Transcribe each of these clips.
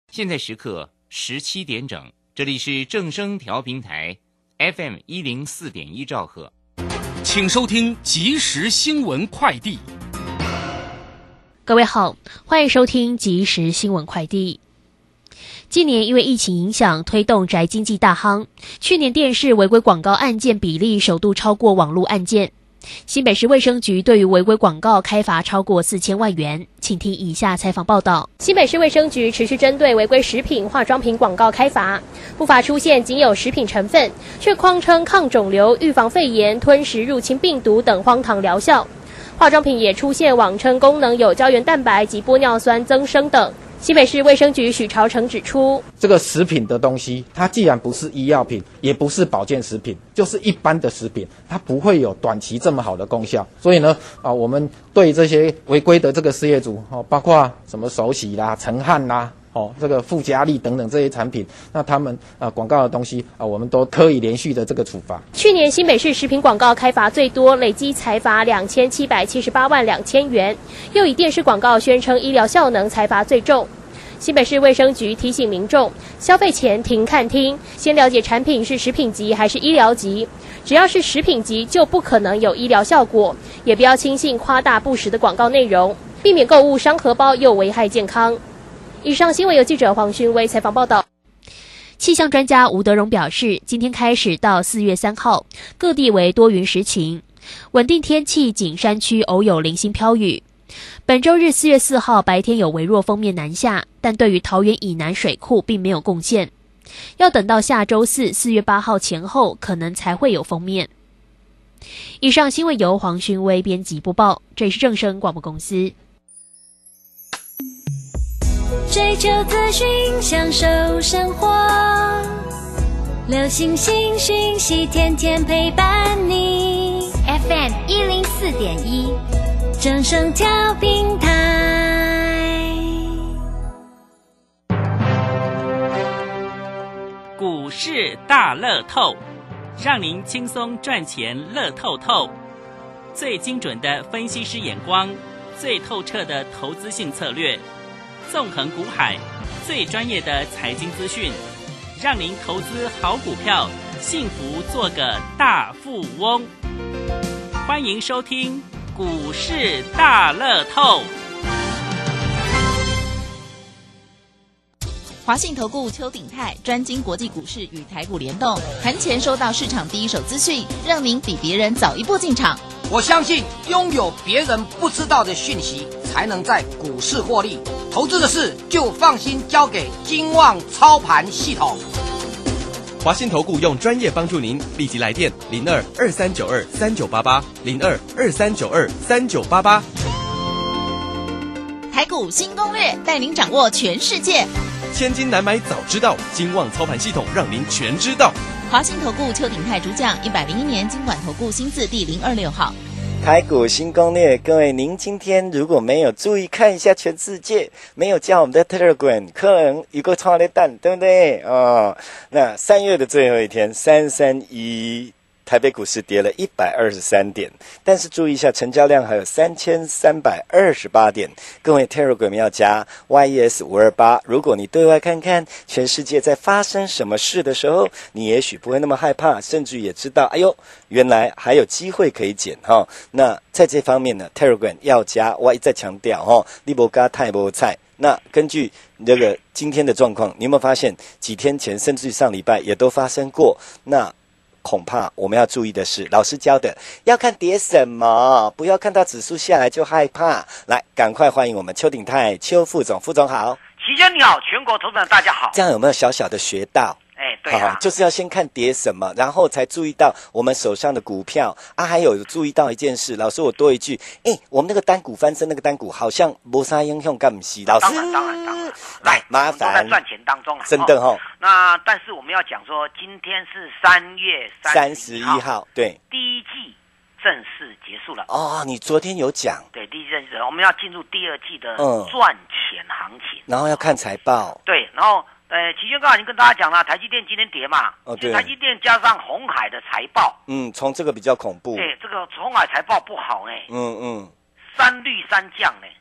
现在时刻17点整，这里是正声调频台 FM 104.1兆赫， 请收听即时新闻快递。 各位好，欢迎收听即时新闻快递。今年因为疫情影响，推动宅经济大夯，去年电视违规广告案件比例首度超过网络案件。新北市卫生局对于违规广告开罚超过4000万元，请听以下采访报道。新北市卫生局持续针对违规食品、化妆品广告开罚，不乏出现仅有食品成分，却匡称抗肿瘤、预防肺炎、吞食入侵病毒等荒唐疗效。化妆品也出现网称功能有胶原蛋白及玻尿酸增生等。新北市卫生局许朝成指出， 这个食品的东西，它既然不是医药品，也不是保健食品，就是一般的食品，它不会有短期这么好的功效。所以呢，我们对这些违规的这个事业主，包括什么手洗啦、陈汉啦。这个附加力等等这些产品，那他们广告的东西我们都可以连续的这个处罚。 去年新北市食品广告开罚最多，累计裁罚2778万2000元，又以电视广告宣称医疗效能裁罚最重。新北市卫生局提醒民众，消费前停看听，先了解产品是食品级还是医疗级，只要是食品级就不可能有医疗效果，也不要轻信夸大不实的广告内容，避免购物伤荷包又危害健康。以上新闻由记者黄勋威采访报道。气象专家吴德荣表示，今天开始到4月3号，各地为多云时晴，稳定天气，仅山区偶有零星飘雨。本周日4月4号白天有微弱锋面南下，但对于桃园以南水库并没有贡献，要等到下周4月8号前后可能才会有锋面。以上新闻由黄勋威编辑播报，这里是正声广播公司。 追求资讯，享受生活，流行新讯息，天天陪伴你。FM 104.1，正声调频台。 股市大乐透，让您轻松赚钱乐透透。最精准的分析师眼光，最透彻的投资性策略。纵横股海，最专业的财经资讯，让您投资好股票，幸福做个大富翁。欢迎收听股市大乐透。 华信投顾邱鼎泰专精国际股市与台股联动，盘前收到市场第一手资讯，让您比别人早一步进场。 我相信拥有别人不知道的讯息，才能在股市获利。投资的事就放心交给金旺操盘系统。 华信投顾用专业帮助您，立即来电02-2392-3988，02-2392-3988。 台股新攻略，带您掌握全世界。 千金难买早知道，金旺操盘系统让您全知道。 华信投顾邱鼎泰主讲，101年金管投顾新字第026号。 台股新攻略，各位，您今天如果没有注意看一下全世界，没有加我们的 Telegram， 可能有个超雷蛋，对不对？那3月的最后一天，331。台北股市跌了123点，但是注意一下，成交量还有3328点。各位 Telegram 要加 YES528， 如果你对外看看全世界在发生什么事的时候，你也许不会那么害怕，甚至也知道，哎呦，原来还有机会可以减哈。那在这方面呢 ，Telegram 要加，我一再强调哈，你不加太不菜。那根据这个今天的状况，你有没有发现几天前甚至上礼拜也都发生过？那恐怕我们要注意的是，老师教的要看跌什么，不要看到指数下来就害怕。来，赶快欢迎我们邱鼎泰邱副总，副总好。 齐先你好，全国投资人大家好。 这样有没有小小的学到？ 对啊， 就是要先看跌什么，然后才注意到我们手上的股票啊。还有注意到一件事，老师我多一句，我们那个单股翻身，那个单股好像没啥影响，干不是？老师， 当然， 来麻烦， 都在赚钱当中真的哦。 那但是我们要讲说，今天是3月31号， 对， 第一季正式结束了。 哦，你昨天有讲， 对，第一季正式，我们要进入第二季的赚钱行情， 然后要看财报， 对，然后。齐轩刚才已经跟大家讲了，台积电今天跌嘛， 对， 台积电加上鸿海的财报， 从这个比较恐怖， 这个鸿海财报不好3绿3降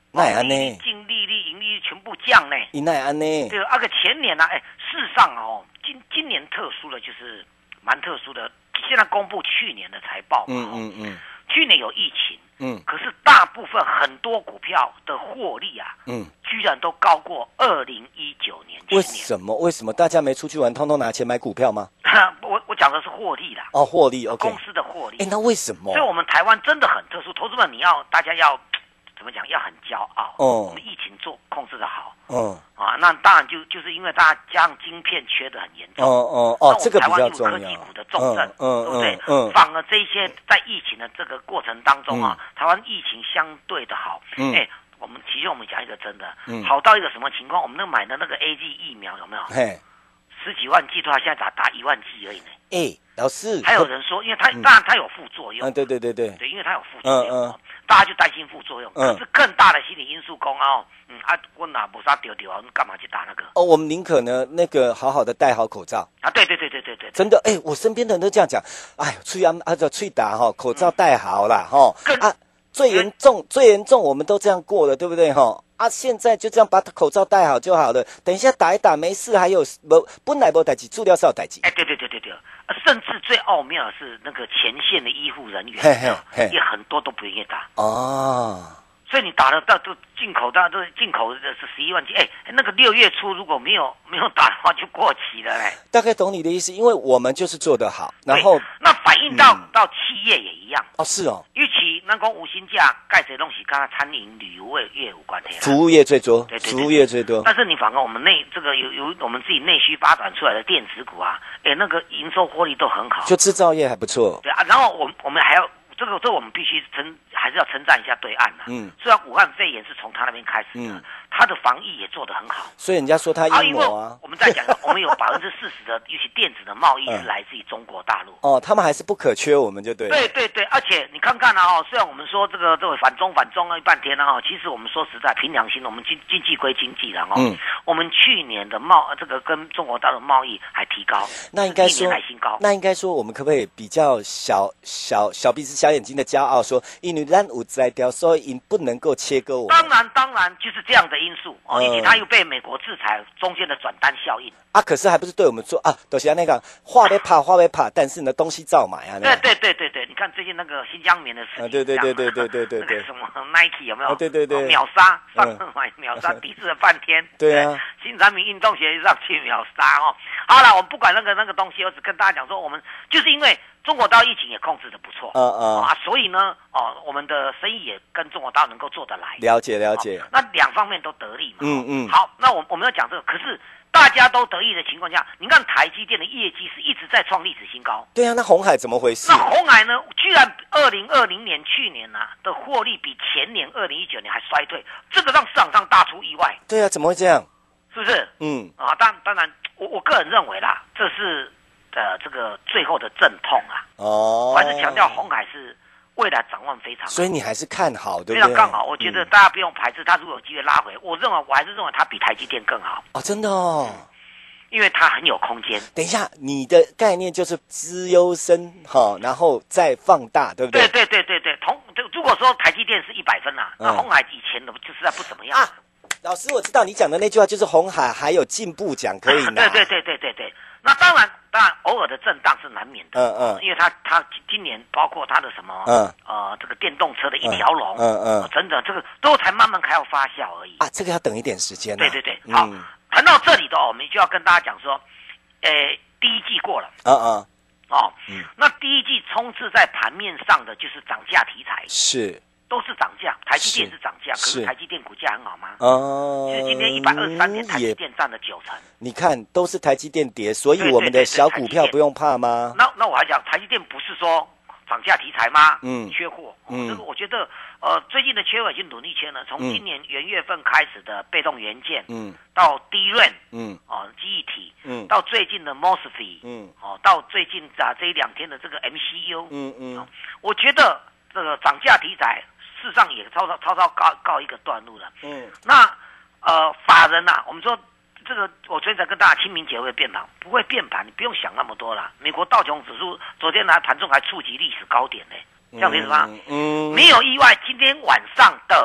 那也安呢？ 净利率、盈利全部降呢。 那也安呢？ 对，个前年呢，事实上哦，今年特殊的就是蛮特殊的。现在公布去年的财报嘛，去年有疫情，可是大部分很多股票的获利啊，居然都高过2019年。 为什么？为什么大家没出去玩，通通拿钱买股票吗？ 我讲的是获利啦。 哦，获利 ，OK， 公司的获利。 那为什么？ 所以我们台湾真的很特殊，投资们大家要怎么讲？要很骄傲。我们疫情控制的好。那当然就是因为大家加上晶片缺的很严重。 这个比较重要。 科技股的重镇，对不对？反而这些在疫情的这个过程当中啊，台湾疫情相对的好。其实我们讲一个真的，好到一个什么情况？我们买的那个 AZ 疫苗有没有？10几万剂，现在打1万剂而已呢。 老师， 还有人说，因为当然它有副作用。 对， 因为它有副作用，大家就担心副作用。可是更大的心理因素我哪没啥丢啊，你干嘛去打那个？ 我们宁可呢好好的戴好口罩啊。对， 真的我身边的人都这样讲。吹打口罩戴好啦最严重我们都这样过了，对不对现在就这样把口罩戴好就好了。等一下打一打没事，还有本来没代志，治疗是有代志。 对，甚至最奥妙的是那个前线的医护人员，也很多都不愿意打。所以你打了到都进口的是11万剂，那个6月初如果没有打的话就过期了嘞。 大概懂你的意思，因为我们就是做得好，然后那反映到企业也一样。 是哦。 尤其那讲无薪假，盖谁东西跟餐饮旅游业有关系。 服务业最多， 对， 服务业最多。 但是你反而我们这个有我们自己内需发展出来的电子股啊，那个营收获利都很好。 就制造业还不错。 对啊，然后我们还要。这我们必须还是要称赞一下对岸啊。虽然武汉肺炎是从他那边开始的，他的防疫也做得很好。 所以人家说他阴谋啊。 我们在讲，我们有40%的，尤其电子的贸易是来自于中国大陆。 他们还是不可缺我们就对了。 对，而且你看看虽然我们说这个反中了半天其实我们说实在凭良心的，我们经济归经济了我们去年的这个跟中国大陆贸易还提高， 那应该说 1年来新高。 那应该说我们可不可以比较小鼻子小眼睛的骄傲说，因为咱有在掉，所以不能够切割我们。 当然就是这样的因素以及它又被美国制裁中间的转单效应可是还不是对我们说都是那个话别怕，但是呢东西照买啊。 对，你看最近那个新疆棉的事情， 对， 那个什么 Nike 有没有？ 对， 秒杀秒杀，抵制了半天。 对啊， 新产品运动鞋上去秒杀好了，我们不管那个东西，我只跟大家讲说，我们就是因为中国大陆疫情也控制的不错所以呢我们的生意也跟中国大陆能够做得来。 了解那两方面都得利嘛。好，那我们要讲这个，可是大家都得益的情况下，你看台积电的业绩是一直在创历史新高。 对啊，那鸿海怎么回事？ 那鸿海呢，居然2020年去年的获利比前年2019年还衰退，这个让市场上大出意外。 对啊，怎么会这样？ 是不是？当然，我个人认为啦，这是这个最后的阵痛我还是强调鸿海是未来展望非常好， 所以你还是看好，对不对？ 非常看好，我觉得大家不用排斥，它如果有机会拉回，我还是认为它比台积电更好真的因为它很有空间。 等一下，你的概念就是资优生然后再放大，对不对？ 对。如果说台积电是100分那鸿海以前的就是在不怎么样老师，我知道你讲的那句话就是鸿海还有进步奖可以拿。 对。那当然偶尔的震荡是难免的因为它今年包括它的什么这个电动车的一条龙真的这个都才慢慢开始发酵而已这个要等一点时间对。好，谈到这里的我们就要跟大家讲说第一季过了那第一季充斥在盘面上的就是涨价题材，都是涨价，台积电是涨价，可是台积电股价很好吗？其实今天123年台积电占了90%。 你看，都是台积电跌，所以我们的小股票不用怕吗？ 那我还讲，台积电不是说涨价题材吗？缺货。这个我觉得，最近的缺货已经努力签了。从今年元月份开始的被动元件，到DRAM，记忆体，到最近的 MOSFET，到最近这1-2天的这个 MCU，我觉得这个涨价题材。事实上也稍告一个段落了。那法人我们说这个，我昨天才跟大家清明节会变盘，不会变盘，你不用想那么多啦。美国道琼指数昨天盘中还触及历史高点呢，这样子是吗？没有意外，今天晚上的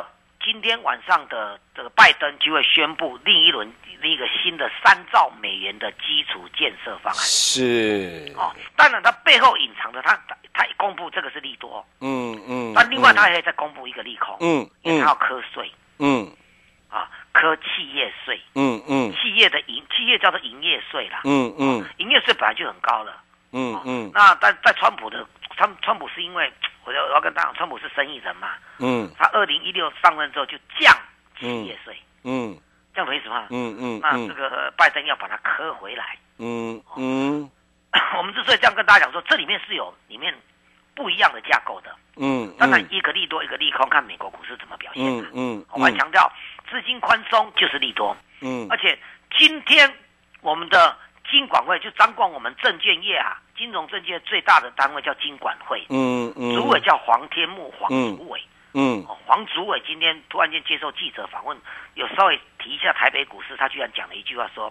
今天晚上的这个拜登就会宣布另一个新的3兆美元的基础建设方案。 是当然它背后隐藏的，他公布这个是利多，但另外他也在公布一个利空，因为他要课税，课企业税，企业叫做营业税啦，营业税本来就很高了，那在川普是因为我要跟大家讲，川普是生意人嘛，他2016上任之后就降企业税，这样的意思吗？那这个拜登要把它磕回来，我们之所以这样跟大家讲说，这里面是有里面不一样的架构的，当然一个利多一个利空，看美国股市怎么表现的。我还强调，资金宽松就是利多，而且今天我们的金管会就掌管我们证券业金融证券最大的单位叫金管会，主委叫黄天木黄主委，黄主委今天突然间接受记者访问，有稍微提一下台北股市，他居然讲了一句话说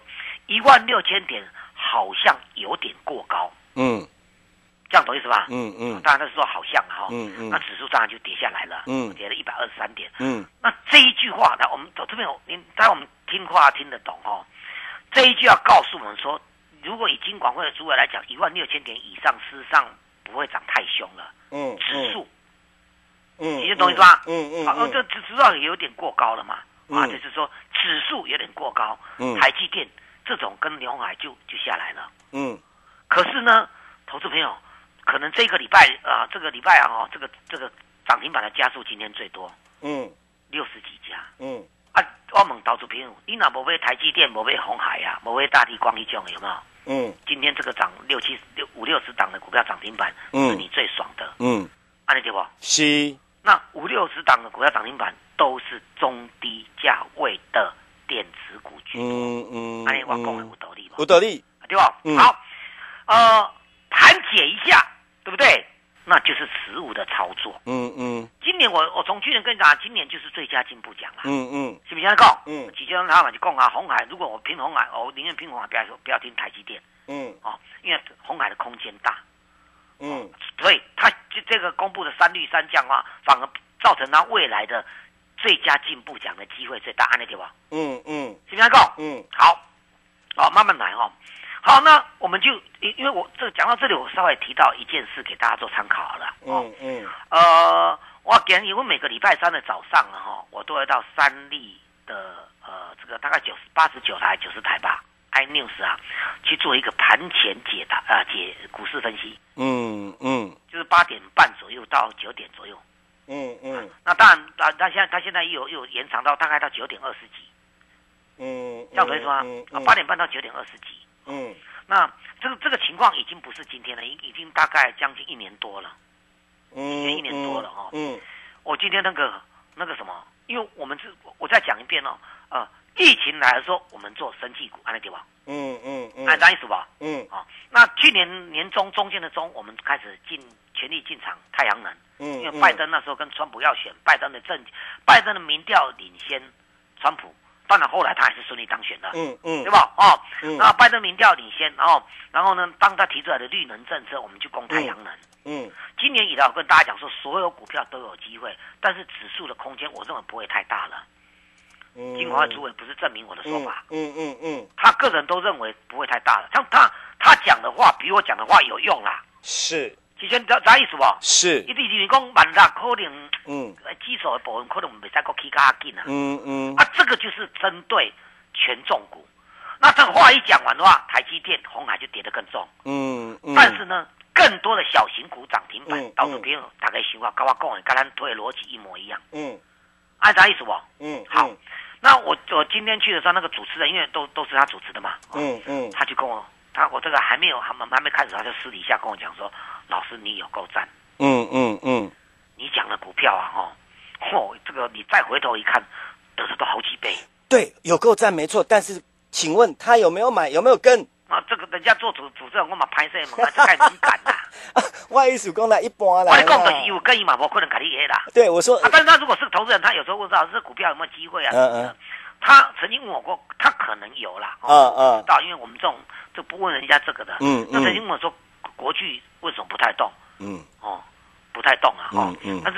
，16000点好像有点过高，这样懂意思吧？当然他是说好像那指数当然就跌下来了，跌了123点，那这一句话，我们这边当然我们听话听得懂这一句要告诉我们说，如果以金管会的主委来讲，16000点以上，事实上不会涨太凶了，指数，你就懂意思吧？这指数也有点过高了嘛，就是说指数有点过高，台积电这种跟鸿海就下来了，可是呢，投资朋友。可能这个礼拜这个涨停板的家数今天最多，60几家，我问投资朋友，你哪无买台积电，无买鸿海无买大地光一种有没有？今天这个涨50-60档的股票涨停板，是你最爽的，安利对不？ 是。那 50-60档的股票涨停板都是中低价位的电子股居多，安利我讲的有道理吧？ 有道理， 对吧？好，盘解一下。对不对？那就是实务的操作。今年我从去年跟你讲，今年就是最佳进步奖了。是不是这样讲？其中他们就讲鸿海，如果我拼鸿海，我宁愿拼鸿海，不要听台积电。因为鸿海的空间大。所以他这个公布的3绿3降反而造成他未来的最佳进步奖的机会最大，安利对吧？是不是这样讲？好，慢慢来好，那我们就因为我这讲到这里，我稍微提到一件事给大家做参考好了。我建议我每个礼拜3的早上我都会到三立的这个大概89台90台吧 iNews 去做一个盘前解股市分析。就是8点半左右到9点左右。那当然，他现在又延长到大概到9点20几。这样子说8点半到9点20几。那这个情况已经不是今天了，已经大概将近1年多了，1年多了我今天那个什么，因为我再讲一遍疫情来的时候，我们做生技股，按那地方，按这意思吧，那去年年中间的中，我们开始全力进场太阳能，因为拜登那时候跟川普要选，拜登的民调领先川普。当然，后来他还是顺利当选的，对吧？那拜登民调领先，然后呢，当他提出来的绿能政策，我们就攻太阳能。今年以来，我跟大家讲说，所有股票都有机会，但是指数的空间，我认为不会太大了。金管会主委不是证明我的说法，他个人都认为不会太大了。像他讲的话，比我讲的话有用啦。 是。 其实啥意思不？ 是。 一定是讲16000可能，基础的部分可能没再够起较紧啊。这个就是针对权重股。那这个话一讲完的话，台积电、鸿海就跌得更重。但是呢，更多的小型股涨停板，到时候大概想法跟我讲的，跟咱推的逻辑一模一样。按啥意思不？好。那我今天去的时候，那个主持人因为都是他主持的嘛，他就跟我这个还没开始，他就私底下跟我讲说，老师你有够赞。你讲的股票这个你再回头一看，得的都好几倍。 对，有够赞没错，但是请问他有没有买，有没有跟？ 这个人家做主持人，我嘛拍摄嘛，这太敏感啦。 我意思讲啦，一般啦。 我讲就是有跟伊嘛，无可能给你黑啦。 对，我说。 但是他如果是投资人，他有时候问到这股票有没有机会啊？他曾经问我过，他可能有啦。知道，因为我们这不问人家这个的。那曾经问我说，国巨为什么不太动？不太动啊。但是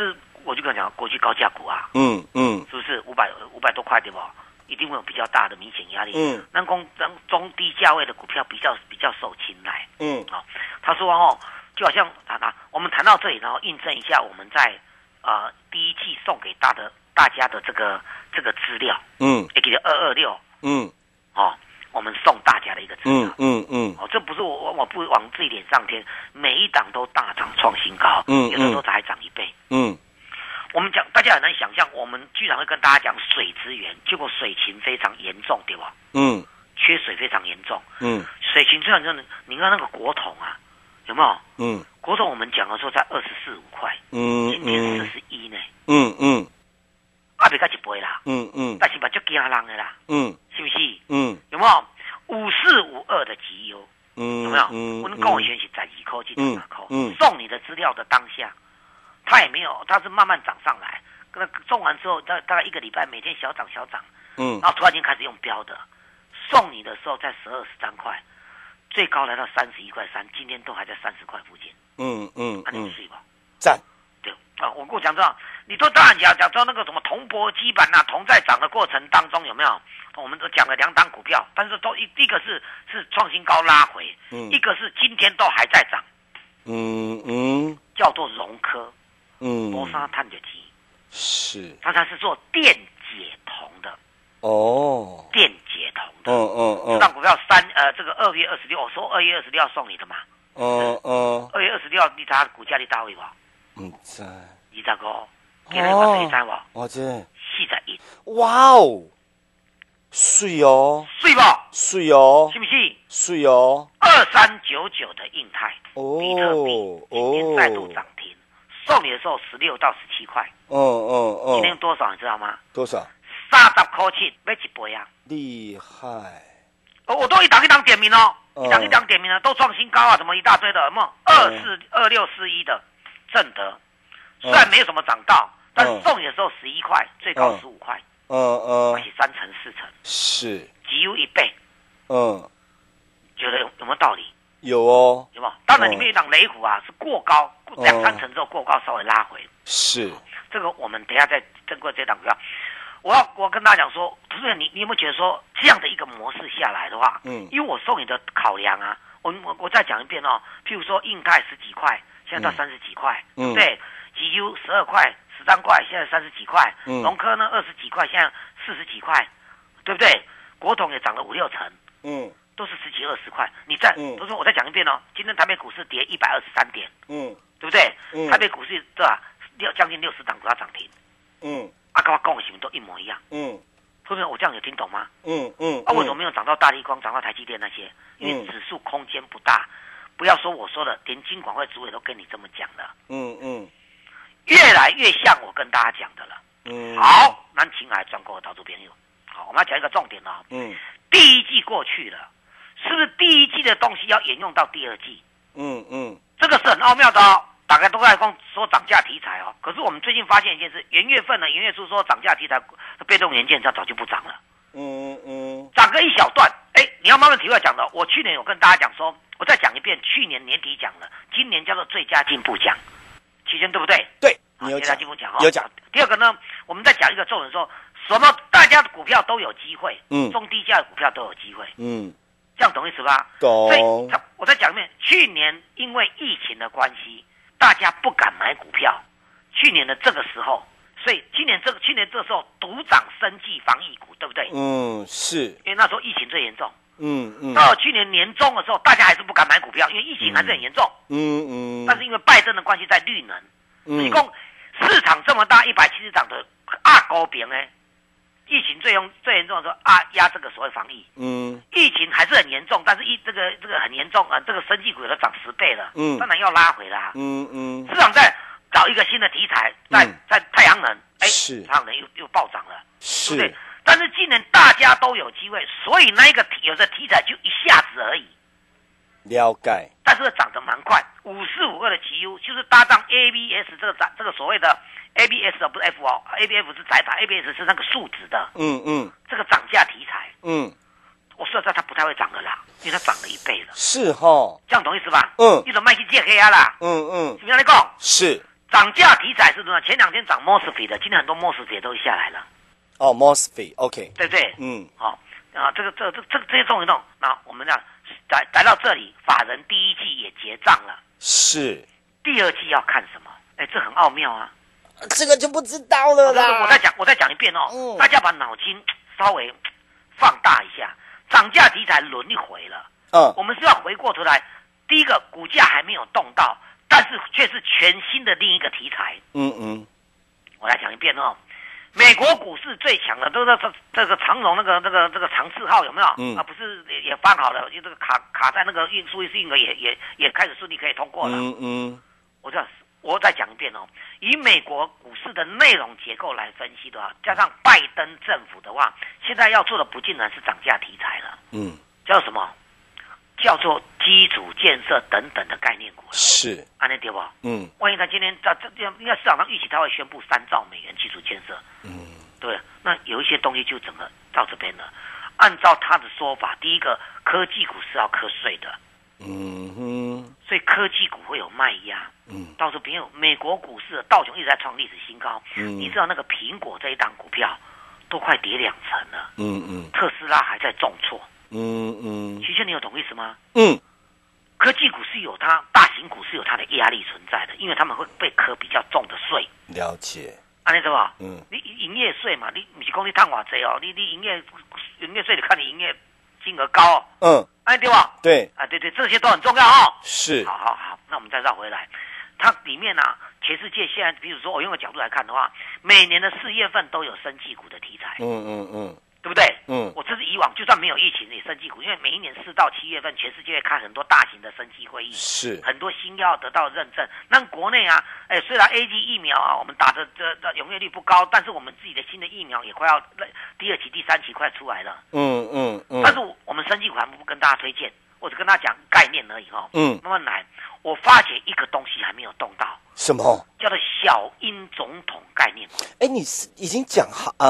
我就跟你讲，过去高价股啊，是不是500多块对不？一定会有比较大的明显压力。那中低价位的股票比较受青睐。他说就好像我们谈到这里，然后印证一下我们在第一季送给大家的这个资料。也给了226。我们送大家的一个资料。这不是我不往自己脸上贴，每一档都大涨创新高，有的都还涨1倍。我们讲，大家很难想象，我们居然会跟大家讲水资源，结果水情非常严重，对吧？缺水非常严重。水情非常严重，你看那个国统啊，有没有？国统我们讲的时候在24、5块，今天41呢。别甲一倍啦。但是嘛，就惊人的啦。是不是？有没有5452的绩优？有没有？我们跟我选是12块，记得哪块？送你的资料的当下。它也没有，它是慢慢涨上来。那送完之后，大概1个礼拜，每天小涨，然后突然间开始用标的，送你的时候在12、13块，最高来到31块3，今天都还在30块附近。那你睡吧， 赞。 对啊，我讲到，你都当然讲到那个什么铜箔基板啊，铜在涨的过程当中有没有？我们都讲了2档股票，但是都一个是创新高拉回，一个是今天都还在涨。叫做融科。磨砂碳的机是， 它是做电解铜的电解铜的。这档股票这个2月26，我说2月26要送你的嘛。2月26，你知道股价你大位不？ 不知道。 25，今天我谁知不？ 我知。 41。 哇哦，水哦， 水不？ 水哦， 是不是？ 水哦。 2399的印泰，比特币今天再度涨停。送你的时候16到17块。今天多少你知道吗？ 多少 ？30块钱，买一杯啊！ 厉害！ 我都一档点名哦，一档点名了，都创新高啊，什么一大堆的，什么2641的正德，虽然没有什么涨到，但是送你的时候11块，最高15块，而且3成4成， 是几乎1倍。觉得有没有道理？ 有哦， 有没有？当然，里面有一档雷虎啊，是过高2-3成之后过高，稍微拉回。 是这个，我们等一下再经过这档股票，我跟大家讲说，不是你有没有觉得说这样的一个模式下来的话，因为我送你的考量啊，我再讲一遍哦，譬如说印泰10几块，现在到30几块，对不对？GU 12块、13块，现在30几块，融科呢20几块，现在40几块，对不对？国统也涨了5-6成，都是10几20块。都是我再讲一遍哦，今天台北股市跌123点，对不对？台北股市对吧？将近60档股票涨停，跟我讲的什么都一模一样，后面我这样有听懂吗？为什么没有涨到大立光、涨到台积电那些？因为指数空间不大，不要说我说的，连金管会主委都跟你这么讲的，越来越像我跟大家讲的了。好，咱请来专国的投资朋友，好，我们要讲一个重点哦。第一季过去了，是不是第一季的东西要沿用到第二季？这个是很奥妙的哦。大概都在说涨价题材哦，可是我们最近发现一件事，元月初说涨价题材，被动元件它早就不涨了。涨个一小段，你要慢慢体会讲的。我去年有跟大家讲说，我再讲一遍，去年年底讲了，今年叫做最佳进步奖，期间对不对？ 对，你有讲，有讲。 第二个呢，我们再讲一个重点说，什么大家的股票都有机会，中低价的股票都有机会，这样懂意思吧？ 懂。 所以我再讲一遍，去年因为疫情的关系，大家不敢买股票，去年的这个时候，所以去年这时候独涨生技防疫股，对不对？ 是。 因为那时候疫情最严重。到了去年年中的时候，大家还是不敢买股票，因为疫情还是很严重。但是因为拜登的关系，在绿能，一共市场这么大，170档的高饼呢，疫情最严重的时候压这个所谓防疫。疫情还是很严重，但是这个很严重啊，这个生技股有的涨10倍了，当然要拉回啦。市场在找一个新的题材，在太阳能， 是太阳能又暴涨了， 是。 对不对？但是今年大家都有机会，所以那一个有的题材就一下子而已。 了解。但是涨得蛮快，5452的GU就是搭上 ABS 这个所谓的 ABS 不是 F 哦 ，ABF 是载板 ，ABS 是那个树脂的。这个涨价题材。我说它不太会涨了啦，因为它涨了1倍了。 是齁， 这样懂意思吧？你怎么卖去借黑啊啦？是不是你讲？ 是。 涨价题材是什么？前2天涨 MOSFET 的，今天很多 MOSFET 都下来了。 哦 ，MOSFET OK， 对不对？ 好这些动一动，那我们来到这里，法人第一季也结账了， 是第二季要看什么？这很奥妙啊， 这个就不知道了啦。 我再讲一遍哦，大家把脑筋稍微放大一下，涨价题材轮一回了，我们是要回过头来，第一个股价还没有动到，但是却是全新的另一个题材。我来讲一遍哦。美国股市最强的都是这个长荣那个长4号有没有？不是也翻好了，就这个卡在那个苏伊士运河也开始顺利可以通过了。我再讲一遍哦，以美国股市的内容结构来分析的话，加上拜登政府的话，现在要做的不尽然是涨价题材了，叫什么？叫做基础建设等等的概念股。 是， 安内对不？万一他今天应该市场上预期他会宣布3兆美元基础建设，对，那有一些东西就整个到这边了。按照他的说法，第一个科技股是要课税的，所以科技股会有卖压。到时候别有美国股市的道琼一直在创历史新高，你知道那个苹果这一档股票都快跌2成了，特斯拉还在重挫。其实你有懂意思吗？科技股是有它，大型股是有它的压力存在的，因为他们会被课比较重的税。 了解。 安尼对吧？你营业税嘛，你不是讲你赚偌济哦，你营业税，你看你营业金额高哦。安尼对吧？ 对。 对，这些都很重要哦。 是。 好，那我们再绕回来，它里面啊，全世界现在，比如说我用个角度来看的话，每年的4月份都有生技股的题材。对不对？我这是以往就算没有疫情也生技股，因为每一年4到7月份，全世界会开很多大型的生技会议， 是很多新药得到认证。那国内啊，虽然 AZ 疫苗啊，我们打的这永业率不高，但是我们自己的新的疫苗也快要第2期、第3期快出来了。但是我们生技股还不跟大家推荐，我只跟大家讲概念而已哈。慢慢来。我发觉一个东西还没有动到， 什么？ 叫做小英总统概念股。 你是已经讲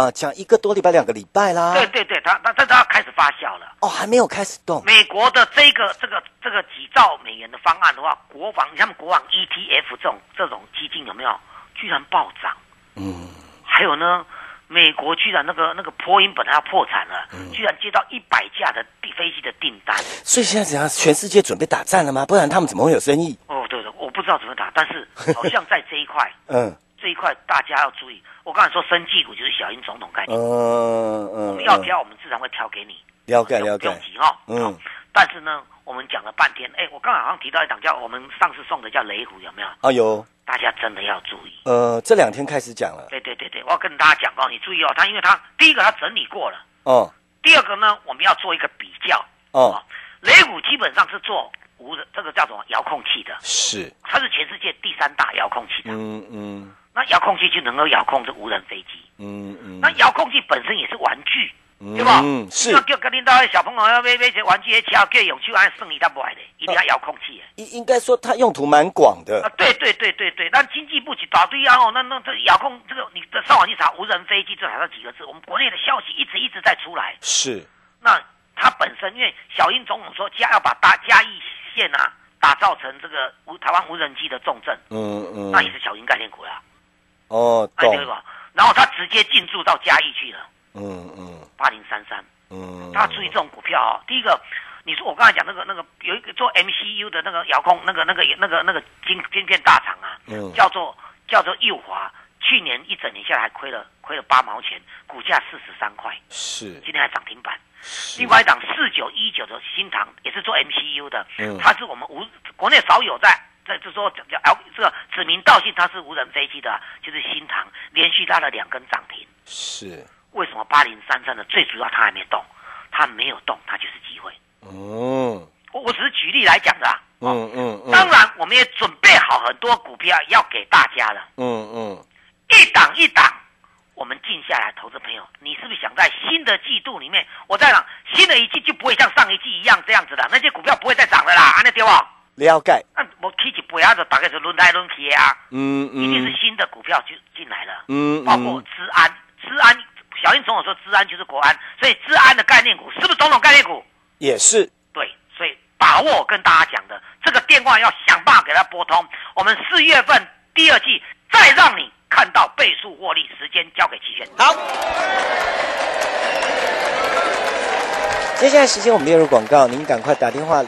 1个多礼拜、2个礼拜啦。 对，它开始发酵了。 还没有开始动。 美国的这个几兆美元的方案的话，他们国防 ETF 这种基金有没有居然暴涨？还有呢，美国居然那个波音本来要破产了，居然接到100架的飞机的订单。 所以现在怎样？全世界准备打战了吗？不然他们怎么会有生意？ 对，我不知道怎么打，但是好像在这一块，这一块大家要注意。我刚才说生技股就是小英总统概念，我们要挑，我们自然会挑给你。 了解， 不用急哈。但是呢，我们讲了半天，我刚才好像提到一档叫我们上次送的叫雷虎，有没有？ 有。 大家真的要注意。 这2天开始讲了。 对，我要跟大家讲哦，你注意哦，因为它第一个它整理过了。第二个呢，我们要做一个比较。雷虎基本上是做这个叫什么遥控器的， 是， 它是全世界第3大遥控器的。那遥控器就能够遥控这无人飞机。那遥控器本身也是玩具。对吧？ 是。 叫跟领导小朋友要买些玩具，敲叫用手按算你他不爱的，一定要遥控器。 应该说它用途蛮广的。 对。但经济部一大堆啊，那这遥控这个，你上网去查无人飞机，这还是几个字？我们国内的消息一直在出来。 是。 那它本身，因为小英总统说要把嘉义县啊打造成这个台湾无人机的重镇。那也是小英概念股啦。对吧？然后他直接进驻到嘉义去了。8033，大家注意这种股票哦。第一个，你说我刚才讲那个有一个做 MCU 的那个遥控那个晶片大厂啊，叫做右华，去年一整年下来还亏了8毛钱，股价43块， 是， 今天还涨停板。另外一档4919的新唐也是做 MCU 的，它是我们国内少有在就说这个指名道姓它是无人飞机的，就是新唐连续拉了2根涨停， 是。 为什么8033的最主要它还没动？它没有动，它就是机会。我只是举例来讲的啊。当然，我们也准备好很多股票要给大家了。一档一档，我们静下来，投资朋友，你是不是想在新的季度里面，我在讲新的一季就不会像上一季一样这样子的，那些股票不会再涨了啦，安尼对不？ 了解。 我起一杯啊，就大概是轮来轮去的啊。一定是新的股票就进来了。包括资安。小英总统说资安就是国安，所以资安的概念股是不是总统概念股？ 也是。 对，所以把握我跟大家讲的这个电话要想办法给它拨通。我们4月份第2季再让你看到倍数获利。时间交给齐轩。 好。接下来时间我们列入广告，您赶快打电话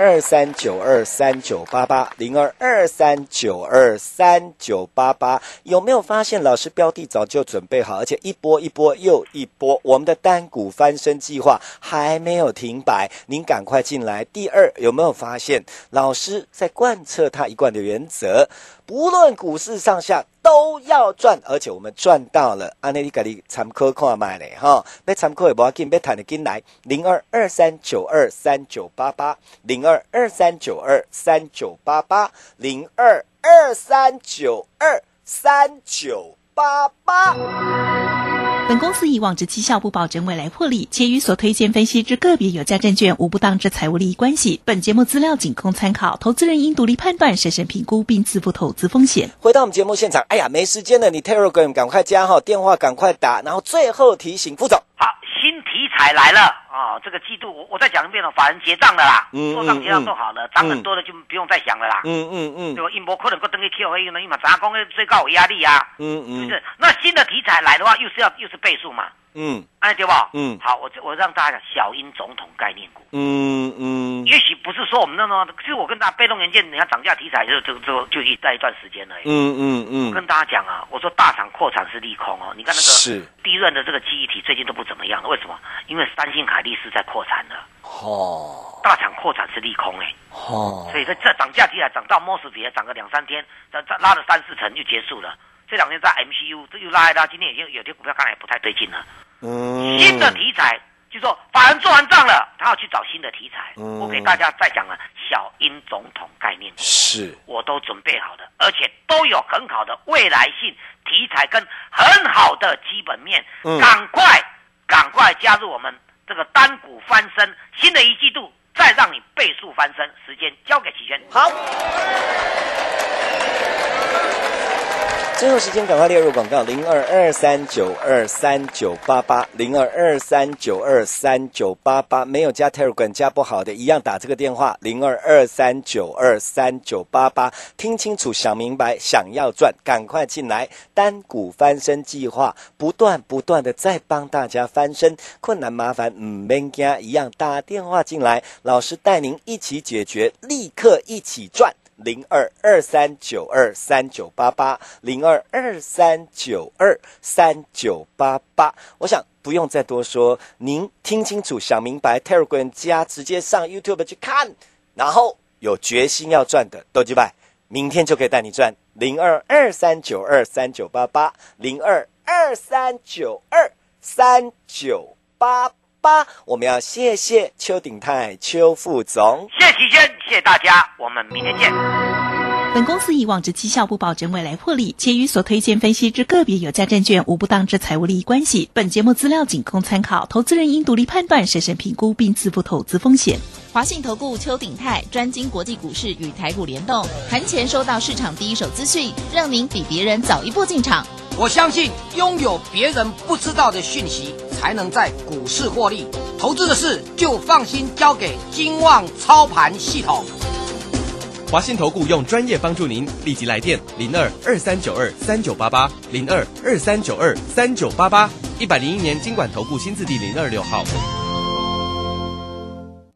02239239880223923988。有没有发现老师标的早就准备好，而且一波一波又一波，我们的单股翻身计划还没有停摆，您赶快进来。第二，有没有发现老师在贯彻他一贯的原则，不论股市上下都要赚，而且我们赚到了。安尼你自己参考看卖咧哈，要参考的不要紧，要谈的进来 02239239880223923988。本公司以往之绩效不保证未来获利，且与所推荐分析之个别有价证券无不当之财务利益关系。本节目资料仅供参考，投资人应独立判断、审慎评估并自负投资风险。 回到我们节目现场，哎呀，没时间了，你 Telegram 赶快加哈，电话赶快打，然后最后提醒副总。 好，新题材来了啊！这个季度我再讲一遍了，法人结账了啦，做账结账都好了，涨很多的就不用再想了啦。对吧？因无可能搁登去 Q 黑呢，因为咱讲最高有压力啊。就是那新的题材来的话，又是倍数嘛。对吧？好，我让大家讲小英总统概念股。也许不是说我们那种，其实我跟大家被动元件，你看涨价题材就在一段时间而已。我跟大家讲啊，我说大厂扩产是利空哦。你看那个低润的这个记忆体最近都不怎么样了，为什么？因为三星、凯力士在扩产了。大厂扩产是利空所以这涨价题材涨到莫斯比涨个2-3天，再拉了3-4成就结束了。这2天在 MCU 这又拉一拉，今天已经有些股票看来也不太对劲了。新的题材就说法人做完账了，他要去找新的题材。我给大家再讲了，小英总统概念是我都准备好的，而且都有很好的未来性题材跟很好的基本面。赶快加入我们这个单股翻身，新的一季度再让你倍数翻身。时间交给齐轩。 好。最后时间赶快列入广告，02239239880223923988，没有加 Telegram 加不好的一样打这个电话0223923988，听清楚想明白，想要赚赶快进来，单股翻身计划不断的在帮大家翻身，困难麻烦免惊，一样打电话进来，老师带您一起解决，立刻一起赚。02239239880223923988，我想不用再多说，您听清楚想明白 Telegram 加直接上 YouTube 去看，然后有决心要赚的都击败，明天就可以带你赚。02239239880223923988，我们要谢谢邱鼎泰邱副总， 谢谢齐轩，谢谢大家，我们明天见。 本公司以往之绩效不保证未来获利，且与所推荐分析之个别有价证券无不当之财务利益关系。本节目资料仅供参考，投资人应独立判断、审慎评估并自负投资风险。 华信投顾邱鼎泰专精国际股市与台股联动，盘前收到市场第一手资讯，让您比别人早一步进场。 我相信拥有别人不知道的讯息，才能在股市获利。投资的事就放心交给金旺操盘系统。 华信投顾用专业帮助您，立即来电0223923988 0223923988，101年金管投顾新字第026号。